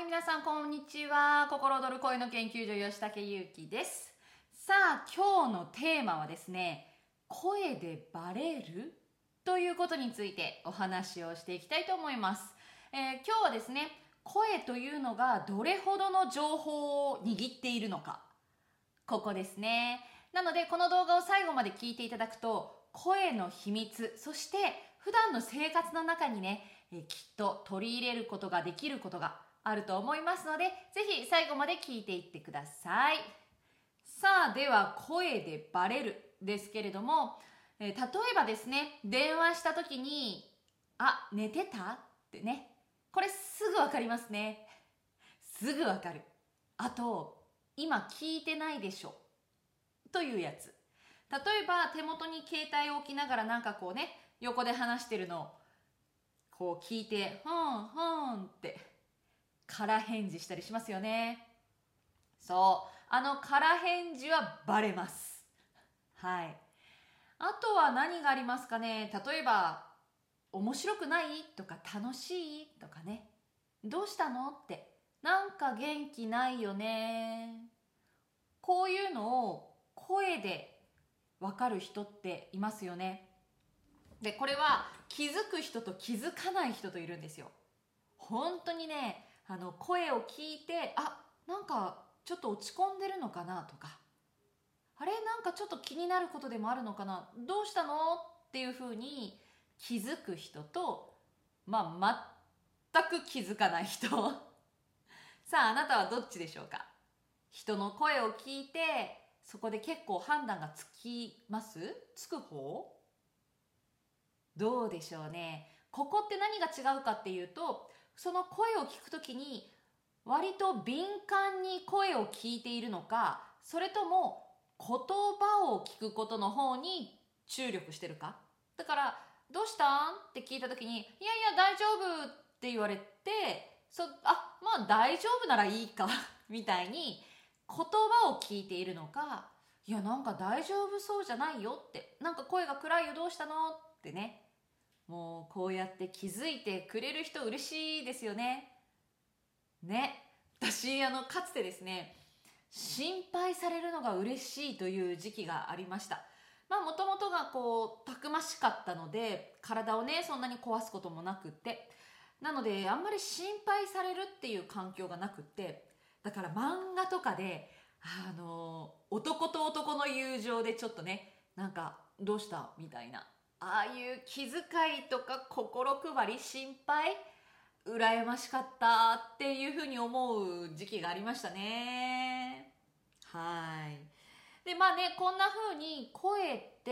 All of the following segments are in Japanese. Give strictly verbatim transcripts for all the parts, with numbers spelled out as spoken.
皆さんこんにちは。心躍る声の研究所、吉武ゆうきです。さあ、今日のテーマはですね、声でバレるということについてお話をしていきたいと思います。えー、今日はですね、声というのがどれほどの情報を握っているのか、ここですね。なのでこの動画を最後まで聞いていただくと、声の秘密、そして普段の生活の中にね、えー、きっと取り入れることができることがあると思いますので、ぜひ最後まで聞いていってください。さあ、では声でバレるですけれども、えー、例えばですね、電話した時にあ、寝てたってね、これすぐわかりますね。すぐわかる。あと、今聞いてないでしょというやつ。例えば手元に携帯を置きながらなんかこうね、横で話してるのをこう聞いて、ふんふんって空返事したりしますよね。そう、あの空返事はバレます。はい。あとは何がありますかね。例えば面白くないとか楽しいとかね、どうしたのってなんか元気ないよね、こういうのを声でわかる人っていますよね。で、これは気づく人と気づかない人といるんですよ。本当にね、あの声を聞いて、あ、なんかちょっと落ち込んでるのかなとか、あれ、なんかちょっと気になることでもあるのかな、どうしたのっていうふうに気づく人と、まあ全く気づかない人さあ、あなたはどっちでしょうか。人の声を聞いてそこで結構判断がつきますつく方、どうでしょうね。ここって何が違うかっていうと、その声を聞くときに割と敏感に声を聞いているのか、それとも言葉を聞くことの方に注力してるか。だからどうしたんって聞いたときに、いやいや大丈夫って言われて、そあまあ大丈夫ならいいかみたいに言葉を聞いているのか、いやなんか大丈夫そうじゃないよって、なんか声が暗いよ、どうしたのってね。もうこうやって気づいてくれる人嬉しいですよね。ね、私あのかつてですね、心配されるのが嬉しいという時期がありました。まあもともとがこうたくましかったので、体をねそんなに壊すこともなくって、なのであんまり心配されるっていう環境がなくって、だから漫画とかであの男と男の友情でちょっとね、なんかどうしたみたいな、ああいう気遣いとか心配り、心配、羨ましかったっていうふうに思う時期がありましたね。はい。で、まあね、こんなふうに声って、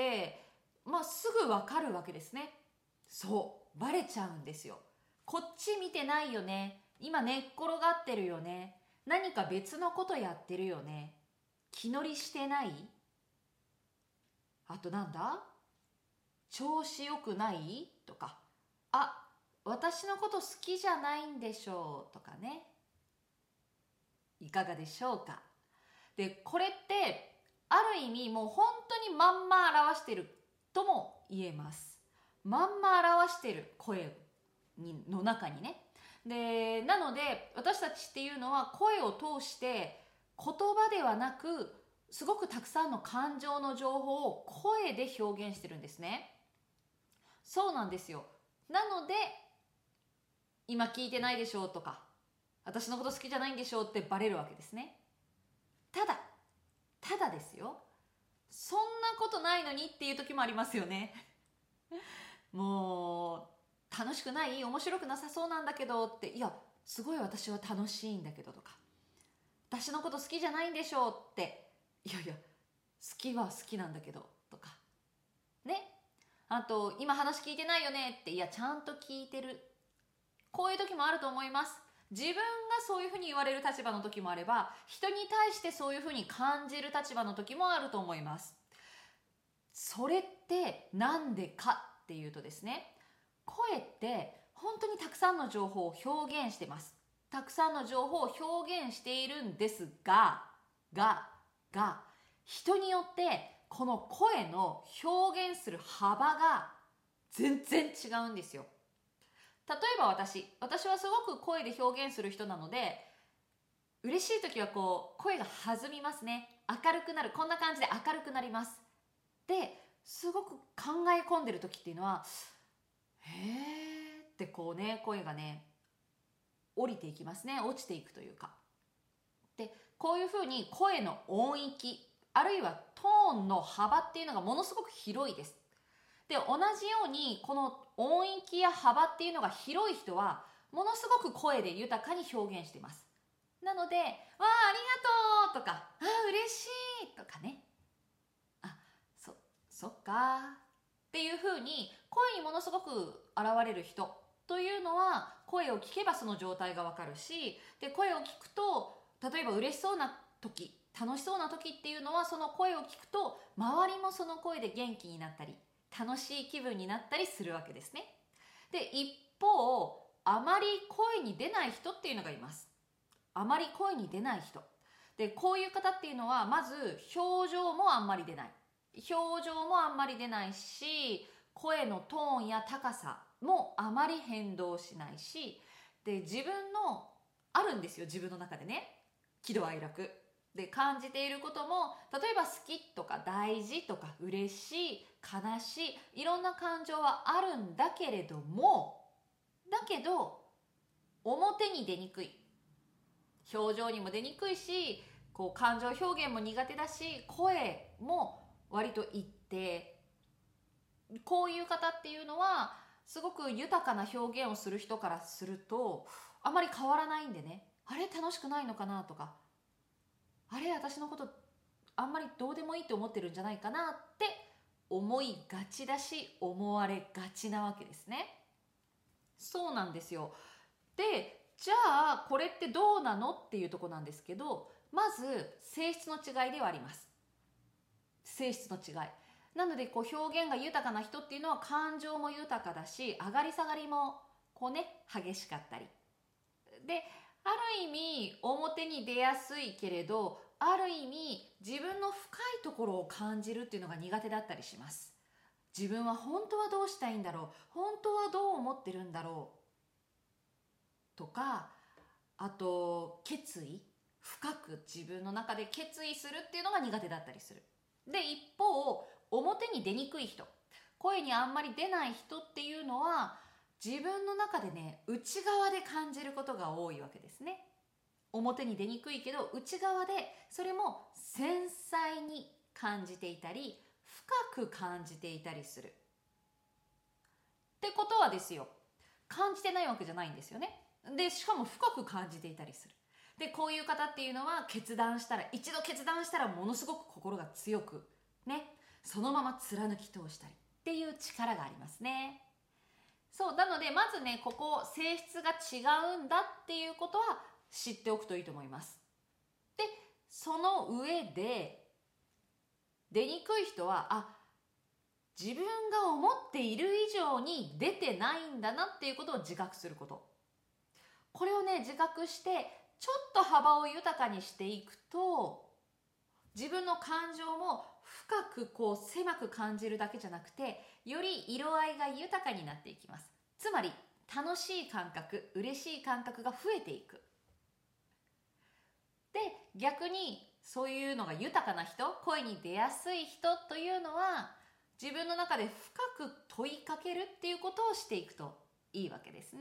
まあすぐわかるわけですね。そう、バレちゃうんですよ。こっち見てないよね。今寝っ転がってるよね。何か別のことやってるよね。気乗りしてない？あとなんだ？調子よくない？とか、あ、私のこと好きじゃないんでしょうとかね。いかがでしょうか。で、これってある意味もう本当にまんま表してるとも言えます。まんま表してる声にの中にね。で、なので私たちっていうのは声を通して言葉ではなく、すごくたくさんの感情の情報を声で表現してるんですね。そうなんですよ。なので今聞いてないでしょうとか、私のこと好きじゃないんでしょうってバレるわけですね。ただただですよ、そんなことないのにっていう時もありますよね。もう楽しくない、面白くなさそうなんだけどって、いやすごい私は楽しいんだけどとか、私のこと好きじゃないんでしょうって、いやいや好きは好きなんだけどとかね。あと今話聞いてないよねって、いやちゃんと聞いてる、こういう時もあると思います。自分がそういうふうに言われる立場の時もあれば、人に対してそういうふうに感じる立場の時もあると思います。それってなんでかっていうとですね、声って本当にたくさんの情報を表現してます。たくさんの情報を表現しているんですが、が、が、人によってこの声の表現する幅が全然違うんですよ。 例えば私私はすごく声で表現する人なので、嬉しい時はこう声が弾みますね。明るくなる、こんな感じで明るくなります。ですごく考え込んでる時っていうのは、へーってこうね、声がね降りていきますね。落ちていくというか。でこういうふうに声の音域あるいはトーンの幅っていうのがものすごく広いです。で同じようにこの音域や幅っていうのが広い人はものすごく声で豊かに表現しています。なので「わあありがとう」とか「ああ嬉しい」とかね、あそそっかっていうふうに声にものすごく現れる人というのは、声を聞けばその状態がわかるし、で声を聞くと例えば嬉しそうな時、楽しそうな時っていうのは、その声を聞くと周りもその声で元気になったり楽しい気分になったりするわけですね。で一方、あまり声に出ない人っていうのがいます。あまり声に出ない人で、こういう方っていうのはまず表情もあんまり出ない、表情もあんまり出ないし、声のトーンや高さもあまり変動しないし、で自分のあるんですよ、自分の中でね、喜怒哀楽で感じていることも、例えば好きとか大事とか嬉しい、悲しい、いろんな感情はあるんだけれども、だけど表に出にくい、表情にも出にくいし、こう感情表現も苦手だし、声も割と一定、こういう方っていうのはすごく豊かな表現をする人からするとあまり変わらないんでね、あれ楽しくないのかなとか、あれ私のことあんまりどうでもいいと思ってるんじゃないかなって思いがちだし、思われがちなわけですね。そうなんですよ。でじゃあこれってどうなのっていうところなんですけど、まず性質の違いではあります。性質の違いなので、こう表現が豊かな人っていうのは感情も豊かだし、上がり下がりもこうね激しかったりで、ある意味表に出やすいけれど、ある意味自分の深いところを感じるっていうのが苦手だったりします。自分は本当はどうしたいんだろう、本当はどう思ってるんだろうとか、あと決意、深く自分の中で決意するっていうのが苦手だったりする。で一方、表に出にくい人、声にあんまり出ない人っていうのは、自分の中でね内側で感じることが多いわけですね。表に出にくいけど内側でそれも繊細に感じていたり深く感じていたりするってことはですよ、感じてないわけじゃないんですよね。でしかも深く感じていたりする。でこういう方っていうのは決断したら、一度決断したらものすごく心が強くね、そのまま貫き通したりっていう力がありますね。そうなので、まずねここ性質が違うんだっていうことは知っておくといいと思います。でその上で、出にくい人はあ自分が思っている以上に出てないんだなっていうことを自覚すること、これをね自覚してちょっと幅を豊かにしていくと、自分の感情も深くこう狭く感じるだけじゃなくて、より色合いが豊かになっていきます。つまり楽しい感覚、嬉しい感覚が増えていく。で逆にそういうのが豊かな人、声に出やすい人というのは、自分の中で深く問いかけるっていうことをしていくといいわけですね。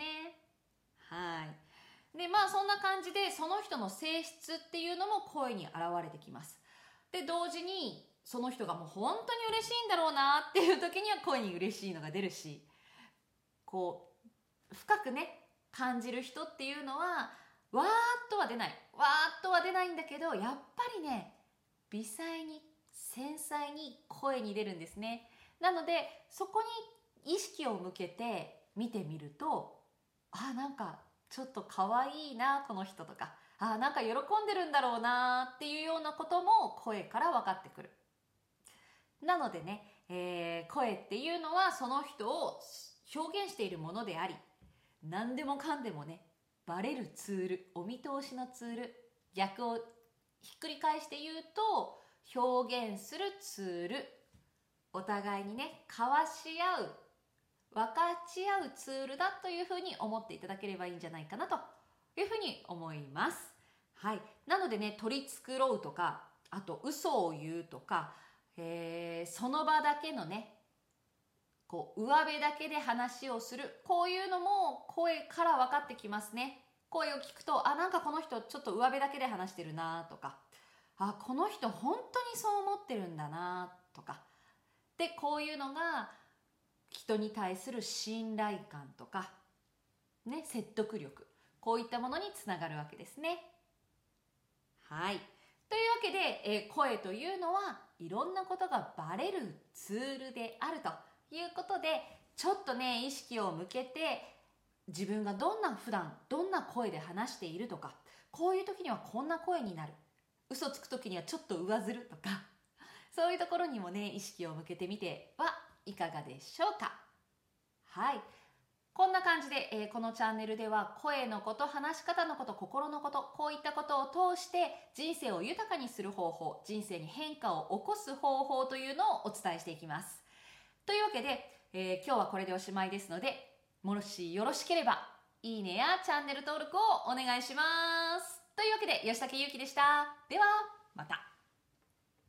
はいでまあそんな感じで、その人の性質っていうのも声に現れてきます。で同時にその人がもう本当に嬉しいんだろうなっていう時には声に嬉しいのが出るし、こう深くね感じる人っていうのはわーっとは出ない、わーっとは出ないんだけど、やっぱりね微細に繊細に声に出るんですね。なのでそこに意識を向けて見てみると、あなんかちょっと可愛いなこの人とか、あなんか喜んでるんだろうなっていうようなことも声から分かってくる。なのでね、えー声っていうのはその人を表現しているものであり、何でもかんでもねバレるツール、お見通しのツール、逆をひっくり返して言うと表現するツール、お互いにね交わし合う分かち合うツールだというふうに思っていただければいいんじゃないかなというふうに思います。はい。なのでね、取り繕うとか、あと嘘を言うとか、えー、その場だけのね、こう、上辺だけで話をする。こういうのも声から分かってきますね。声を聞くと、あ、なんかこの人ちょっと上辺だけで話してるなとか、あ、この人本当にそう思ってるんだなとか。で、こういうのが人に対する信頼感とか、ね、説得力。こういったものにつながるわけですね。はい。というわけで、えー声というのはいろんなことがバレるツールであるということで、ちょっとね、意識を向けて、自分がどんな普段、どんな声で話しているとか、こういう時にはこんな声になる。嘘つく時にはちょっと上ずるとか、そういうところにもね、意識を向けてみてはいかがでしょうか。はい。こんな感じで、えーこのチャンネルでは声のこと、話し方のこと、心のこと、こういったことを通して人生を豊かにする方法、人生に変化を起こす方法というのをお伝えしていきます。というわけで、えー今日はこれでおしまいですので、もしよろしければ、いいねやチャンネル登録をお願いします。というわけで、吉武ゆうきでした。では、また。